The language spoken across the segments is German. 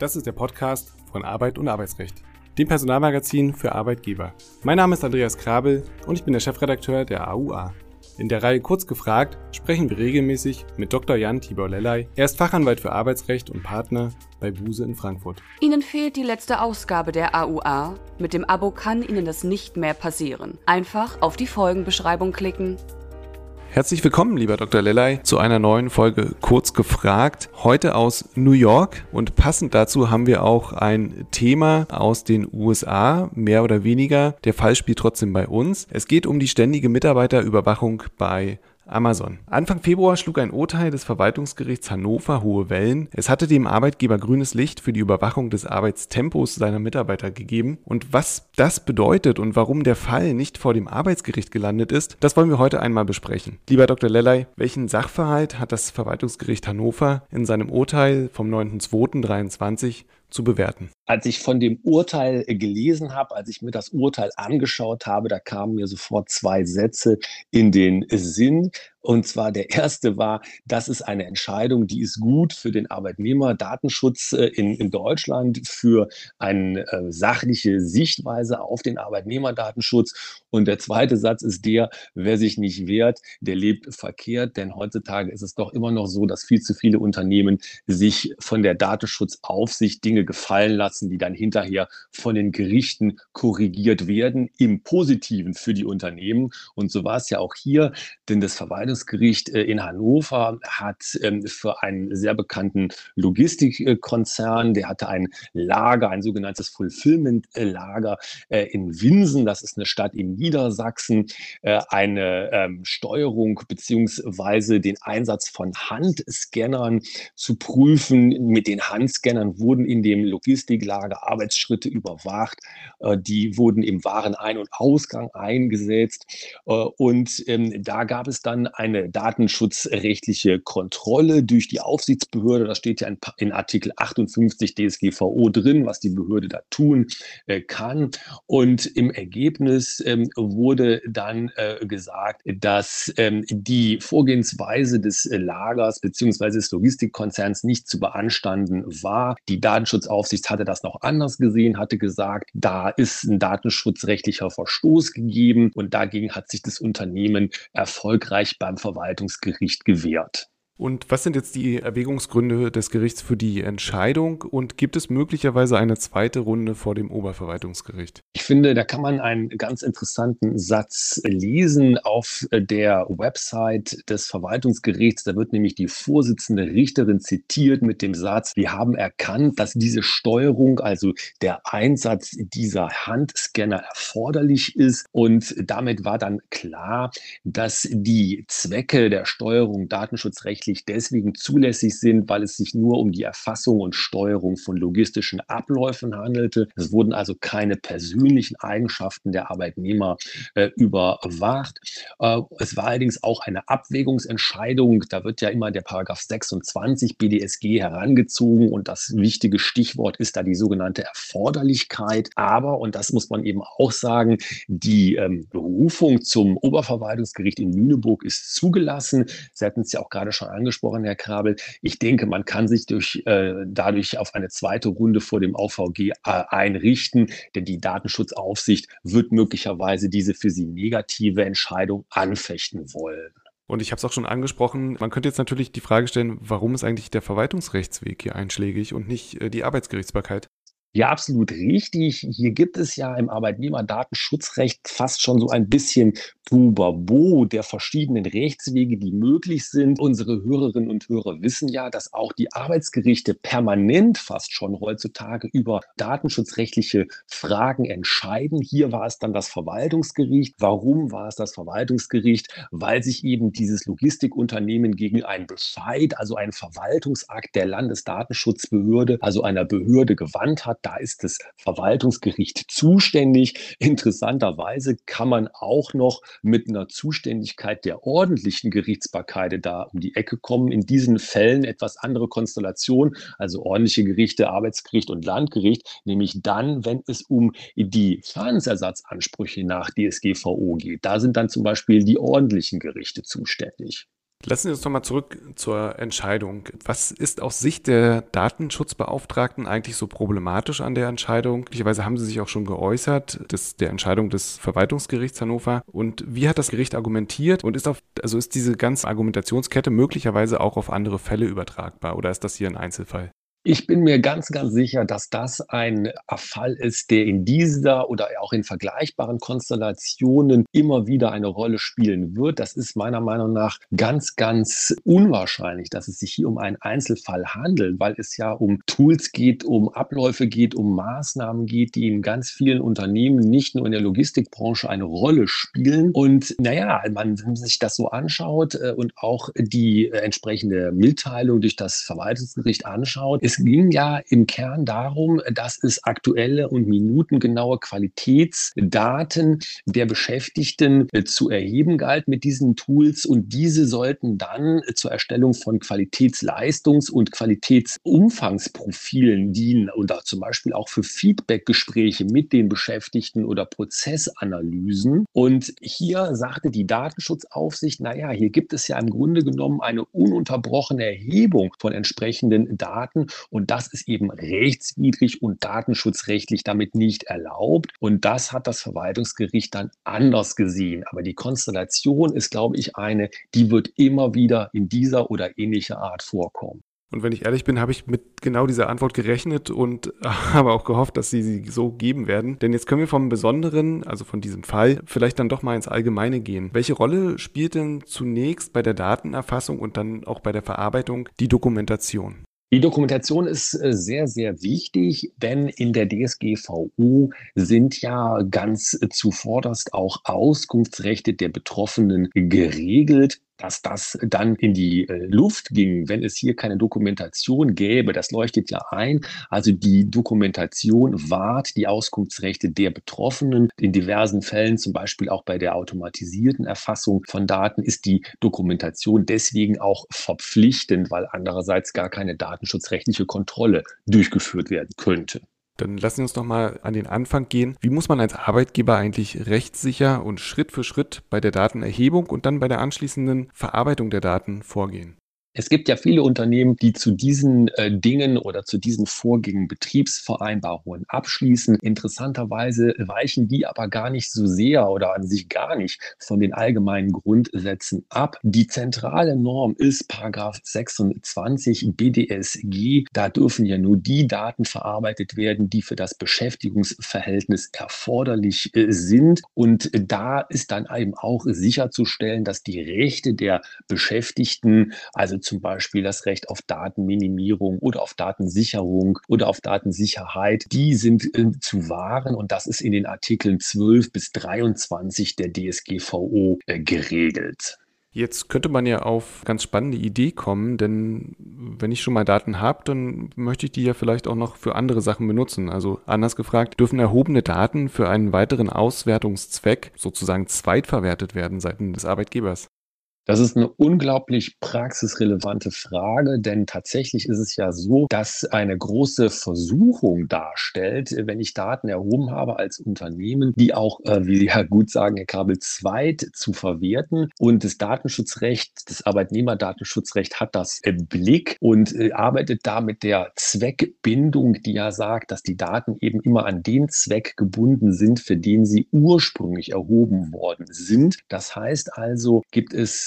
Das ist der Podcast von Arbeit und Arbeitsrecht, dem Personalmagazin für Arbeitgeber. Mein Name ist Andreas Krabel und ich bin der Chefredakteur der AUA. In der Reihe Kurz gefragt sprechen wir regelmäßig mit Dr. Jan Tibor Lellay. Er ist Fachanwalt für Arbeitsrecht und Partner bei Buse in Frankfurt. Ihnen fehlt die letzte Ausgabe der AUA. Mit dem Abo kann Ihnen das nicht mehr passieren. Einfach auf die Folgenbeschreibung klicken. Herzlich willkommen, lieber Dr. Lellay, zu einer neuen Folge Kurz gefragt. Heute aus New York und passend dazu haben wir auch ein Thema aus den USA, mehr oder weniger. Der Fall spielt trotzdem bei uns. Es geht um die ständige Mitarbeiterüberwachung bei Amazon. Anfang Februar schlug ein Urteil des Verwaltungsgerichts Hannover hohe Wellen. Es hatte dem Arbeitgeber grünes Licht für die Überwachung des Arbeitstempos seiner Mitarbeiter gegeben. Und was das bedeutet und warum der Fall nicht vor dem Arbeitsgericht gelandet ist, das wollen wir heute einmal besprechen. Lieber Dr. Lellay, welchen Sachverhalt hat das Verwaltungsgericht Hannover in seinem Urteil vom 9.2.23 zu bewerten? Als ich von dem Urteil gelesen habe, als ich mir das Urteil angeschaut habe, da kamen mir sofort zwei Sätze in den Sinn. Und zwar der erste war, das ist eine Entscheidung, die ist gut für den Arbeitnehmer, Datenschutz in Deutschland, für eine sachliche Sichtweise auf den Arbeitnehmerdatenschutz. Und der zweite Satz ist der, wer sich nicht wehrt, der lebt verkehrt. Denn heutzutage ist es doch immer noch so, dass viel zu viele Unternehmen sich von der Datenschutzaufsicht Dinge gefallen lassen, die dann hinterher von den Gerichten korrigiert werden, im Positiven für die Unternehmen. Und so war es ja auch hier, denn das Verwaltungsgericht in Hannover hat für einen sehr bekannten Logistikkonzern, der hatte ein Lager, ein sogenanntes Fulfillment-Lager in Winsen, das ist eine Stadt in Niedersachsen, eine Steuerung beziehungsweise den Einsatz von Handscannern zu prüfen. Mit den Handscannern wurden in dem Logistiklager Arbeitsschritte überwacht. Die wurden im Warenein- und Ausgang eingesetzt. Und da gab es dann eine datenschutzrechtliche Kontrolle durch die Aufsichtsbehörde. Das steht ja in Artikel 58 DSGVO drin, was die Behörde da tun kann. Und im Ergebnis wurde dann gesagt, dass die Vorgehensweise des Lagers bzw. des Logistikkonzerns nicht zu beanstanden war. Die Datenschutzaufsicht hatte das noch anders gesehen, hatte gesagt, da ist ein datenschutzrechtlicher Verstoß gegeben und dagegen hat sich das Unternehmen erfolgreich beim Verwaltungsgericht gewehrt. Und was sind jetzt die Erwägungsgründe des Gerichts für die Entscheidung und gibt es möglicherweise eine zweite Runde vor dem Oberverwaltungsgericht? Ich finde, da kann man einen ganz interessanten Satz lesen auf der Website des Verwaltungsgerichts. Da wird nämlich die Vorsitzende Richterin zitiert mit dem Satz: Wir haben erkannt, dass diese Steuerung, also der Einsatz dieser Handscanner erforderlich ist. Und damit war dann klar, dass die Zwecke der Steuerung datenschutzrechtlich deswegen zulässig sind, weil es sich nur um die Erfassung und Steuerung von logistischen Abläufen handelte. Es wurden also keine persönlichen Eigenschaften der Arbeitnehmer überwacht. Es war allerdings auch eine Abwägungsentscheidung. Da wird ja immer der Paragraph 26 BDSG herangezogen und das wichtige Stichwort ist da die sogenannte Erforderlichkeit. Aber, und das muss man eben auch sagen, die Berufung zum Oberverwaltungsgericht in Lüneburg ist zugelassen. Sie hatten es ja auch gerade schon angesprochen, Herr Krabel. Ich denke, man kann sich dadurch auf eine zweite Runde vor dem OVG einrichten, denn die Datenschutzaufsicht wird möglicherweise diese für sie negative Entscheidung anfechten wollen. Und ich habe es auch schon angesprochen, man könnte jetzt natürlich die Frage stellen, warum ist eigentlich der Verwaltungsrechtsweg hier einschlägig und nicht die Arbeitsgerichtsbarkeit? Ja, absolut richtig. Hier gibt es ja im Arbeitnehmerdatenschutzrecht fast schon so ein bisschen Tubabo der verschiedenen Rechtswege, die möglich sind. Unsere Hörerinnen und Hörer wissen ja, dass auch die Arbeitsgerichte permanent fast schon heutzutage über datenschutzrechtliche Fragen entscheiden. Hier war es dann das Verwaltungsgericht. Warum war es das Verwaltungsgericht? Weil sich eben dieses Logistikunternehmen gegen einen Bescheid, also einen Verwaltungsakt der Landesdatenschutzbehörde, also einer Behörde gewandt hat. Da ist das Verwaltungsgericht zuständig. Interessanterweise kann man auch noch mit einer Zuständigkeit der ordentlichen Gerichtsbarkeit da um die Ecke kommen. In diesen Fällen etwas andere Konstellation, also ordentliche Gerichte, Arbeitsgericht und Landgericht, nämlich dann, wenn es um die Schadensersatzansprüche nach DSGVO geht. Da sind dann zum Beispiel die ordentlichen Gerichte zuständig. Lassen Sie uns nochmal zurück zur Entscheidung. Was ist aus Sicht der Datenschutzbeauftragten eigentlich so problematisch an der Entscheidung? Möglicherweise haben Sie sich auch schon geäußert, der Entscheidung des Verwaltungsgerichts Hannover. Und wie hat das Gericht argumentiert? Und ist diese ganze Argumentationskette möglicherweise auch auf andere Fälle übertragbar? Oder ist das hier ein Einzelfall? Ich bin mir ganz, ganz sicher, dass das ein Fall ist, der in dieser oder auch in vergleichbaren Konstellationen immer wieder eine Rolle spielen wird. Das ist meiner Meinung nach ganz, ganz unwahrscheinlich, dass es sich hier um einen Einzelfall handelt, weil es ja um Tools geht, um Abläufe geht, um Maßnahmen geht, die in ganz vielen Unternehmen, nicht nur in der Logistikbranche, eine Rolle spielen. Und naja, wenn man sich das so anschaut und auch die entsprechende Mitteilung durch das Verwaltungsgericht anschaut, es ging ja im Kern darum, dass es aktuelle und minutengenaue Qualitätsdaten der Beschäftigten zu erheben galt mit diesen Tools, und diese sollten dann zur Erstellung von Qualitätsleistungs- und Qualitätsumfangsprofilen dienen oder zum Beispiel auch für Feedbackgespräche mit den Beschäftigten oder Prozessanalysen. Und hier sagte die Datenschutzaufsicht, naja, hier gibt es ja im Grunde genommen eine ununterbrochene Erhebung von entsprechenden Daten, und das ist eben rechtswidrig und datenschutzrechtlich damit nicht erlaubt. Und das hat das Verwaltungsgericht dann anders gesehen. Aber die Konstellation ist, glaube ich, eine, die wird immer wieder in dieser oder ähnlicher Art vorkommen. Und wenn ich ehrlich bin, habe ich mit genau dieser Antwort gerechnet und habe auch gehofft, dass Sie so geben werden. Denn jetzt können wir vom Besonderen, also von diesem Fall, vielleicht dann doch mal ins Allgemeine gehen. Welche Rolle spielt denn zunächst bei der Datenerfassung und dann auch bei der Verarbeitung die Dokumentation? Die Dokumentation ist sehr, sehr wichtig, denn in der DSGVO sind ja ganz zuvorderst auch Auskunftsrechte der Betroffenen geregelt. Dass das dann in die Luft ging, wenn es hier keine Dokumentation gäbe, das leuchtet ja ein. Also die Dokumentation wahrt die Auskunftsrechte der Betroffenen. In diversen Fällen, zum Beispiel auch bei der automatisierten Erfassung von Daten, ist die Dokumentation deswegen auch verpflichtend, weil andererseits gar keine datenschutzrechtliche Kontrolle durchgeführt werden könnte. Dann lassen Sie uns noch mal an den Anfang gehen. Wie muss man als Arbeitgeber eigentlich rechtssicher und Schritt für Schritt bei der Datenerhebung und dann bei der anschließenden Verarbeitung der Daten vorgehen? Es gibt ja viele Unternehmen, die zu diesen Dingen oder zu diesen Vorgängen Betriebsvereinbarungen abschließen. Interessanterweise weichen die aber gar nicht so sehr oder an sich gar nicht von den allgemeinen Grundsätzen ab. Die zentrale Norm ist Paragraph 26 BDSG. Da dürfen ja nur die Daten verarbeitet werden, die für das Beschäftigungsverhältnis erforderlich sind. Und da ist dann eben auch sicherzustellen, dass die Rechte der Beschäftigten, also zum Beispiel das Recht auf Datenminimierung oder auf Datensicherung oder auf Datensicherheit, die sind zu wahren, und das ist in den Artikeln 12 bis 23 der DSGVO geregelt. Jetzt könnte man ja auf ganz spannende Idee kommen, denn wenn ich schon mal Daten habe, dann möchte ich die ja vielleicht auch noch für andere Sachen benutzen. Also anders gefragt, dürfen erhobene Daten für einen weiteren Auswertungszweck sozusagen zweitverwertet werden seitens des Arbeitgebers? Das ist eine unglaublich praxisrelevante Frage, denn tatsächlich ist es ja so, dass eine große Versuchung darstellt, wenn ich Daten erhoben habe als Unternehmen, die auch, wie Sie ja gut sagen, Herr Kabel, zweit zu verwerten. Und das Datenschutzrecht, das Arbeitnehmerdatenschutzrecht hat das im Blick und arbeitet da mit der Zweckbindung, die ja sagt, dass die Daten eben immer an den Zweck gebunden sind, für den sie ursprünglich erhoben worden sind. Das heißt also, gibt es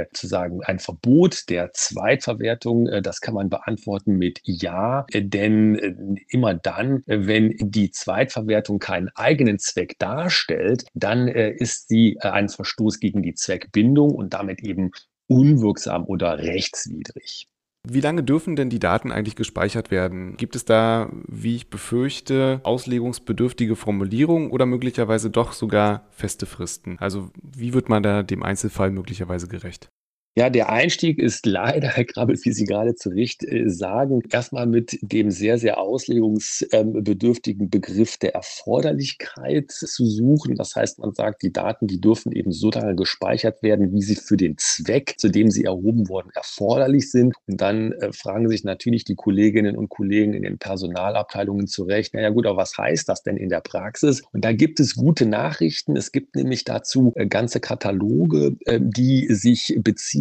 ein Verbot der Zweitverwertung. Das kann man beantworten mit Ja, denn immer dann, wenn die Zweitverwertung keinen eigenen Zweck darstellt, dann ist sie ein Verstoß gegen die Zweckbindung und damit eben unwirksam oder rechtswidrig. Wie lange dürfen denn die Daten eigentlich gespeichert werden? Gibt es da, wie ich befürchte, auslegungsbedürftige Formulierungen oder möglicherweise doch sogar feste Fristen? Also wie wird man da dem Einzelfall möglicherweise gerecht? Ja, der Einstieg ist leider, Herr Krabbel, wie Sie gerade zu Recht sagen, erstmal mit dem sehr, sehr auslegungsbedürftigen Begriff der Erforderlichkeit zu suchen. Das heißt, man sagt, die Daten, die dürfen eben so lange gespeichert werden, wie sie für den Zweck, zu dem sie erhoben wurden, erforderlich sind. Und dann fragen sich natürlich die Kolleginnen und Kollegen in den Personalabteilungen zurecht, naja gut, aber was heißt das denn in der Praxis? Und da gibt es gute Nachrichten. Es gibt nämlich dazu ganze Kataloge, die sich beziehen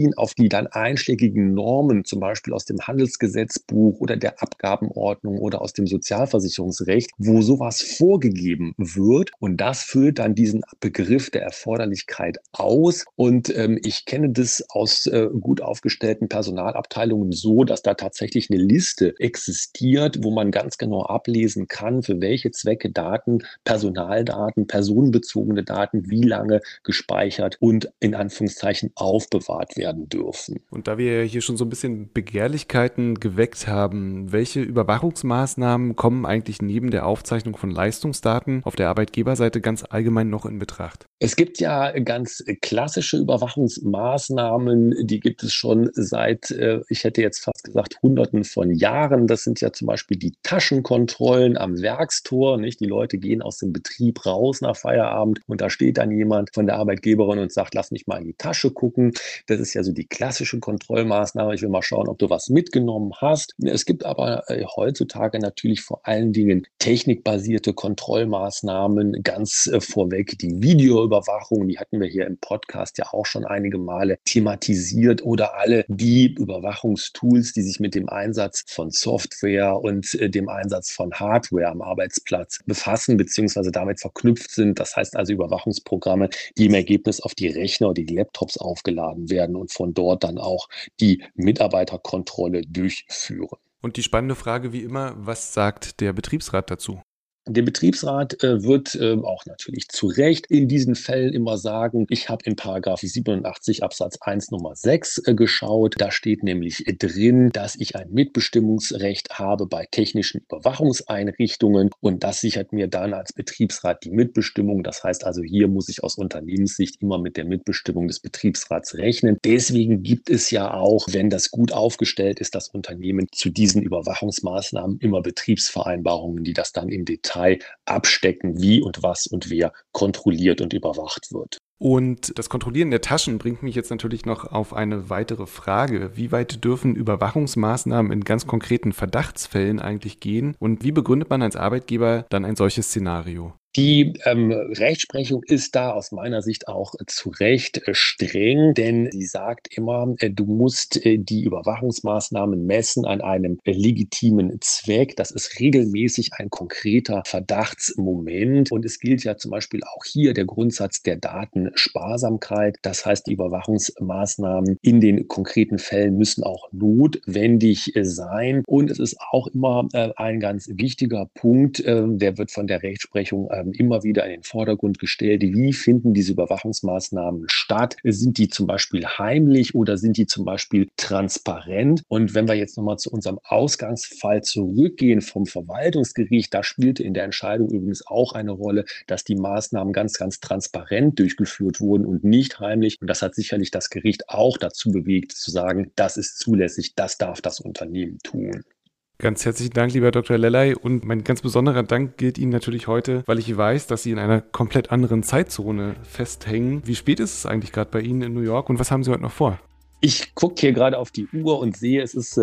beziehen auf die dann einschlägigen Normen, zum Beispiel aus dem Handelsgesetzbuch oder der Abgabenordnung oder aus dem Sozialversicherungsrecht, wo sowas vorgegeben wird. Und das füllt dann diesen Begriff der Erforderlichkeit aus. Und ich kenne das aus gut aufgestellten Personalabteilungen so, dass da tatsächlich eine Liste existiert, wo man ganz genau ablesen kann, für welche Zwecke Daten, Personaldaten, personenbezogene Daten wie lange gespeichert und in Anführungszeichen aufbewahrt werden dürfen. Und da wir hier schon so ein bisschen Begehrlichkeiten geweckt haben, welche Überwachungsmaßnahmen kommen eigentlich neben der Aufzeichnung von Leistungsdaten auf der Arbeitgeberseite ganz allgemein noch in Betracht? Es gibt ja ganz klassische Überwachungsmaßnahmen, die gibt es schon seit, ich hätte jetzt fast gesagt, Hunderten von Jahren. Das sind ja zum Beispiel die Taschenkontrollen am Werkstor, nicht? Die Leute gehen aus dem Betrieb raus nach Feierabend und da steht dann jemand von der Arbeitgeberin und sagt, lass mich mal in die Tasche gucken. Das ist ja so die klassische Kontrollmaßnahme. Ich will mal schauen, ob du was mitgenommen hast. Es gibt aber heutzutage natürlich vor allen Dingen technikbasierte Kontrollmaßnahmen, ganz vorweg die Videoüberwachung, die hatten wir hier im Podcast ja auch schon einige Male thematisiert, oder alle die Überwachungstools, die sich mit dem Einsatz von Software und dem Einsatz von Hardware am Arbeitsplatz befassen bzw. damit verknüpft sind. Das heißt also Überwachungsprogramme, die im Ergebnis auf die Rechner oder die Laptops aufgeladen werden und von dort dann auch die Mitarbeiterkontrolle durchführen. Und die spannende Frage wie immer, was sagt der Betriebsrat dazu? Der Betriebsrat wird auch natürlich zu Recht in diesen Fällen immer sagen, ich habe in § 87 Absatz 1 Nummer 6 geschaut. Da steht nämlich drin, dass ich ein Mitbestimmungsrecht habe bei technischen Überwachungseinrichtungen, und das sichert mir dann als Betriebsrat die Mitbestimmung. Das heißt also, hier muss ich aus Unternehmenssicht immer mit der Mitbestimmung des Betriebsrats rechnen. Deswegen gibt es ja auch, wenn das gut aufgestellt ist, das Unternehmen, zu diesen Überwachungsmaßnahmen immer Betriebsvereinbarungen, die das dann im Detail abstecken, wie und was und wer kontrolliert und überwacht wird. Und das Kontrollieren der Taschen bringt mich jetzt natürlich noch auf eine weitere Frage. Wie weit dürfen Überwachungsmaßnahmen in ganz konkreten Verdachtsfällen eigentlich gehen? Und wie begründet man als Arbeitgeber dann ein solches Szenario? Die Rechtsprechung ist da aus meiner Sicht auch zu Recht streng, denn sie sagt immer, du musst die Überwachungsmaßnahmen messen an einem legitimen Zweck. Das ist regelmäßig ein konkreter Verdachtsmoment, und es gilt ja zum Beispiel auch hier der Grundsatz der Datensparsamkeit. Das heißt, die Überwachungsmaßnahmen in den konkreten Fällen müssen auch notwendig sein, und es ist auch immer ein ganz wichtiger Punkt, der wird von der Rechtsprechung immer wieder in den Vordergrund gestellt. Wie finden diese Überwachungsmaßnahmen statt? Sind die zum Beispiel heimlich oder sind die zum Beispiel transparent? Und wenn wir jetzt nochmal zu unserem Ausgangsfall zurückgehen vom Verwaltungsgericht, da spielte in der Entscheidung übrigens auch eine Rolle, dass die Maßnahmen ganz, ganz transparent durchgeführt wurden und nicht heimlich. Und das hat sicherlich das Gericht auch dazu bewegt, zu sagen, das ist zulässig, das darf das Unternehmen tun. Ganz herzlichen Dank, lieber Dr. Lellay, und mein ganz besonderer Dank gilt Ihnen natürlich heute, weil ich weiß, dass Sie in einer komplett anderen Zeitzone festhängen. Wie spät ist es eigentlich gerade bei Ihnen in New York und was haben Sie heute noch vor? Ich gucke hier gerade auf die Uhr und sehe, es ist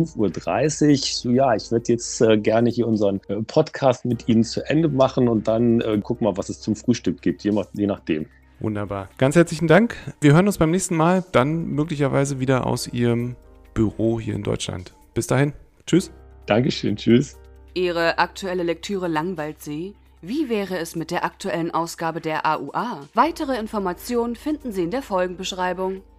5:30 Uhr. So, ja, ich würde jetzt gerne hier unseren Podcast mit Ihnen zu Ende machen und dann gucken wir, was es zum Frühstück gibt, je nachdem. Wunderbar. Ganz herzlichen Dank. Wir hören uns beim nächsten Mal, dann möglicherweise wieder aus Ihrem Büro hier in Deutschland. Bis dahin. Tschüss. Dankeschön, tschüss. Ihre aktuelle Lektüre langweilt Sie? Wie wäre es mit der aktuellen Ausgabe der AUA? Weitere Informationen finden Sie in der Folgenbeschreibung.